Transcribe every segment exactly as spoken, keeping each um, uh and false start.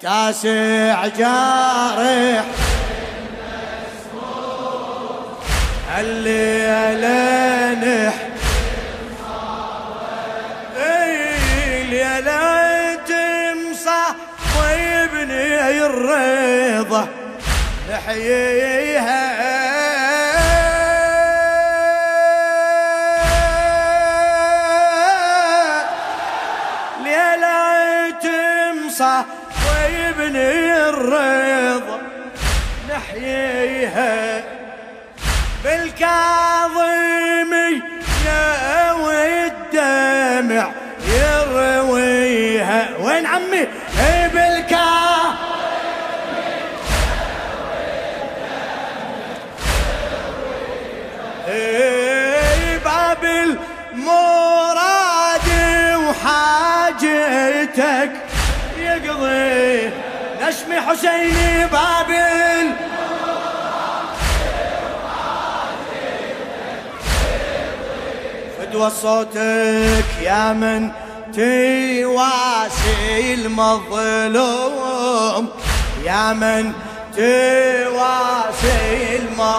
تاسع جارح الليلة نح الليلة تمصح ويبني الرضا نحييها ليلة تمصح ويبني الرضا نحييها بالكاظمي يا والدمع يرويها. وين عمي؟ اي بالكاظمي اي باب المراد وحاجتك يقضي نشمي حسيني باب فدوى صوتك يا من تواسي المظلوم يا من تواسي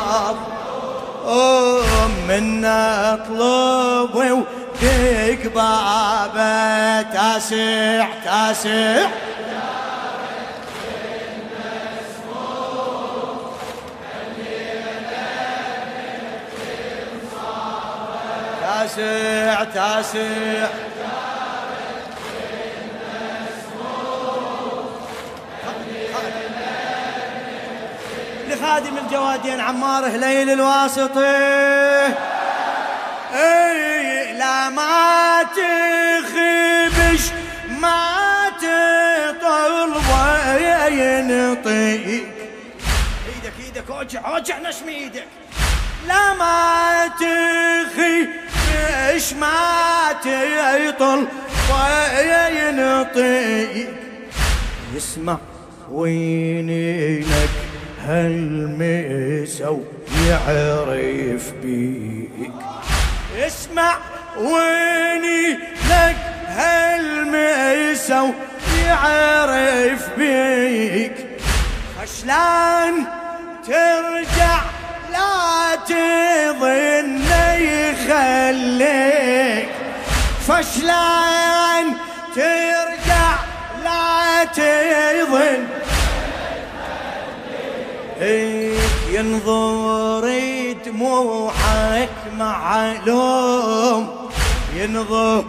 المظلوم من اطلب ودق بابه تاسع تاسع تاسع تاسع لخادم الجوادين عمار هليل الواسطي اي لا ما تخبش ما تطلب ينطيك ايدك ايدك اوجع اوجع نشمي ايدك لا ما تخبش ما تطل وينطيك يسمع ويني لك هالمسو يعرف بيك اسمع ويني لك هالمسو يعرف بيك خشلان ترجع لا تظن يخليك فشلان ترجع لا تظن هيك ينظر دموعك معلوم ينظر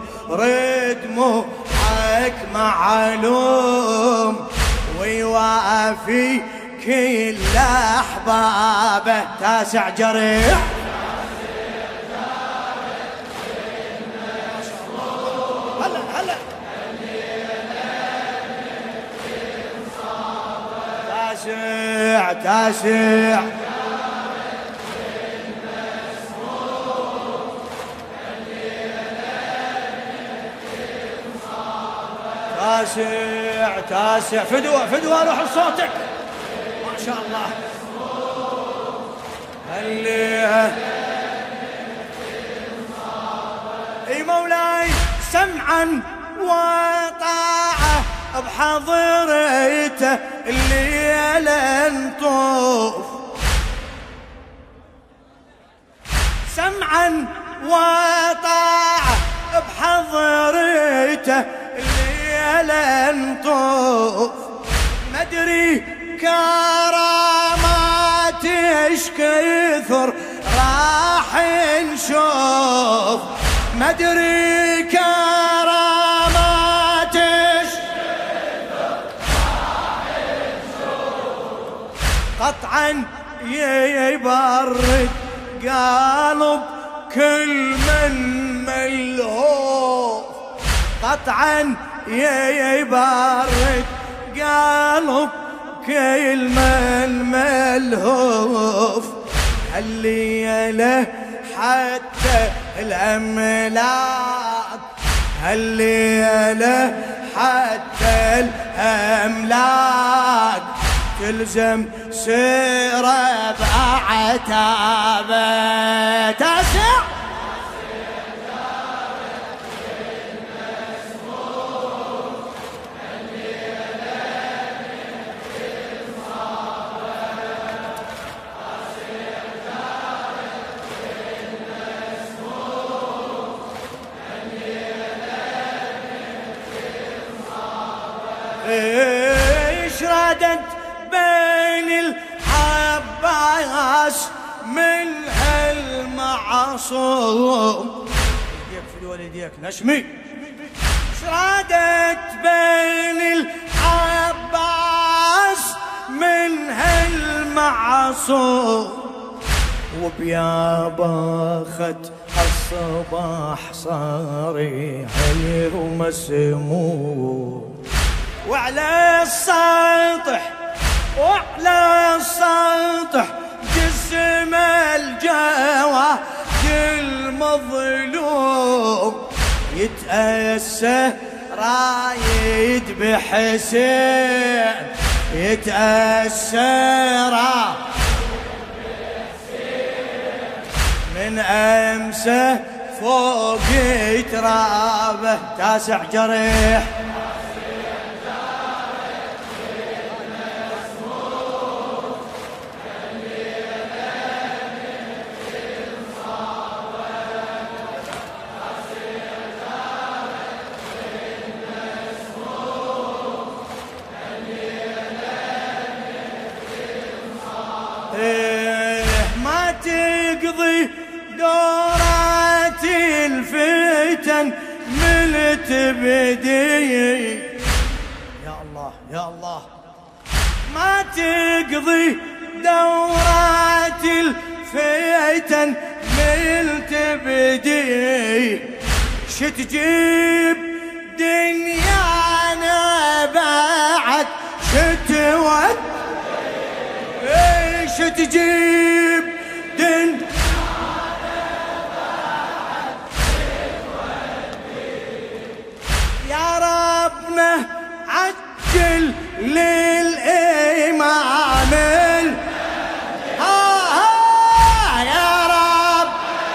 دموعك معلوم ويوافي كل أحبابه تاسع جريح هلا هلا تاسع تاسع تاسع تاسع فدوى فدوى روح لصوتك ما شاء الله اللي اي مولاي سمعا وطاعة بحضرته الليلة نطوف سمعا وطاعة بحضرته الليلة نطوف مدري كرامات ايش كثر راح نشوف مدري كرامات ايش كثر راح نشوف قطعا يبرد قلب كل من ملهوف قطعا يبرد قلب كل من ملهوف هالليلة حتى الأملاك هالليلة حتى الأملاك تلزم سيرة بعتابة تاسع ايش ردت بين العباس من هالمعصوم. يديك فدوى يديك نشمي. ايش ردت بين العباس من هالمعصوم، وبيابا خد الصباح صاري عليه ومسموم، وعلى السطح وعلى السطح جسم الجواد المظلوم، يتأسى رايد بحسين، يتأسى رايد من أمسه فوق ترابه تاسع جريح. ما تقضي دورات الفتن من تبدي، يا الله يا الله، ما تقضي دورات الفتن من تبدي، شتجيب دنيانا بعد شتود، ايش تجيب دنيانا يا ربنا عجل للإمام ها ها يا رب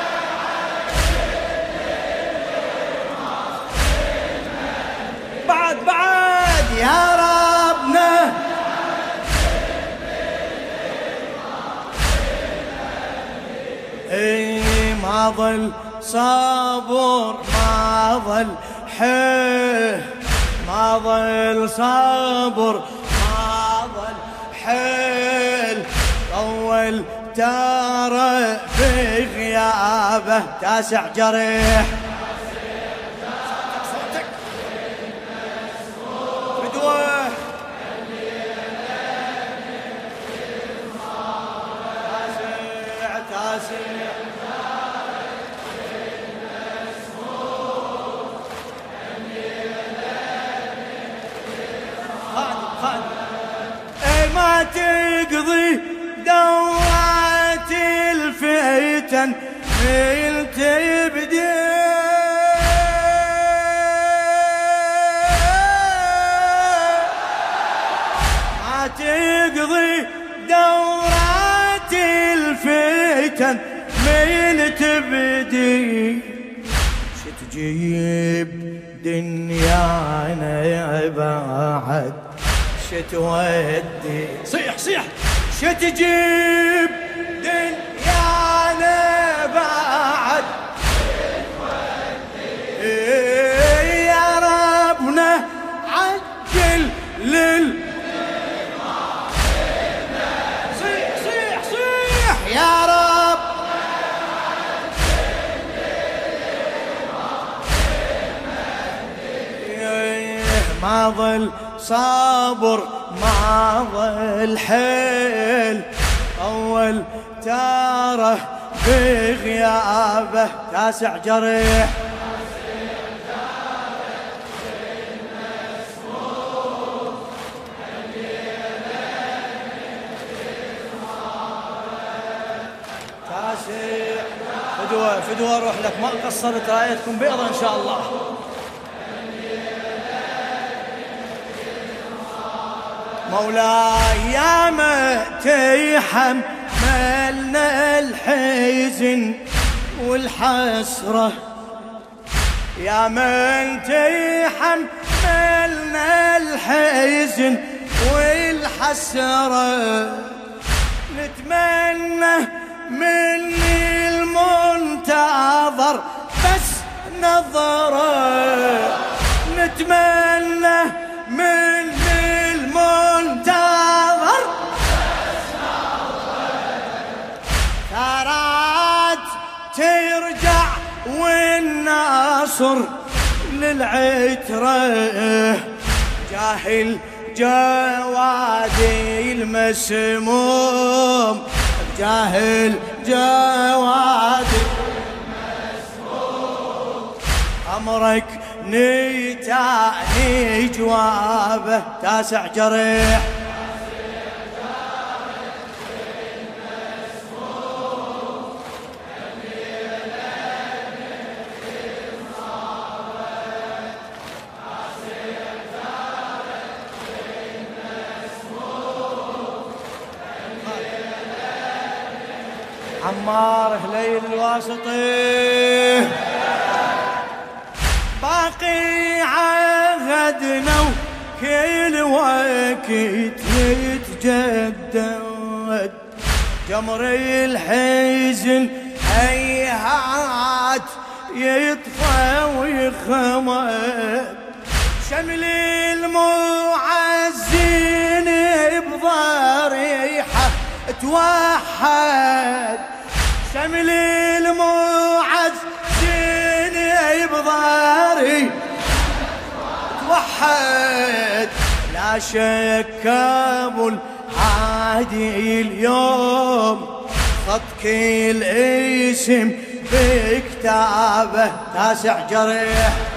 بعد بعد يا ربنا اي ما ظل صبر ما ظل حيل، ما ظل صبر ما ظل حيل، طول ترى في غيابه تاسع جريح. فدوه تاسع تاسع ما تقضي دورات الفتن من تبدي، ما تقضي دورات الفتن من تبدي، شتجيب دنيانا بعد شتودي، صيح صيح شتجيب دنيانا بعد شتودي، يا ربنا عجل لل صيح صيح صيح يا رب ما ظل صبر ما ظل حيل، أول تاره بغيابه تاسع جريح. تاسع فدوة فدوة اروح لك ما قصرت رايتكم بيضة ان شاء الله. مولاي يا متحملنا الحزن والحسرة، يا من تحملنا الحزن والحسرة، نتمنى من المنتظر بس نظرة، نتمنى من ناصر للعترة جاهل جوادي المسموم جاهل جوادي المسموم أمرك نيتاني جوابه تاسع جريح عمار هليل الواسطي باقي عهدنا وكل وقت يتجدد جمر الحزن هيهات يطفى ويخمد شمل المعزين بضريحه توحد شمل المعزين بضاري توحد لا شك ابو العادي اليوم خط كل اسم بكتابه تاسع جريح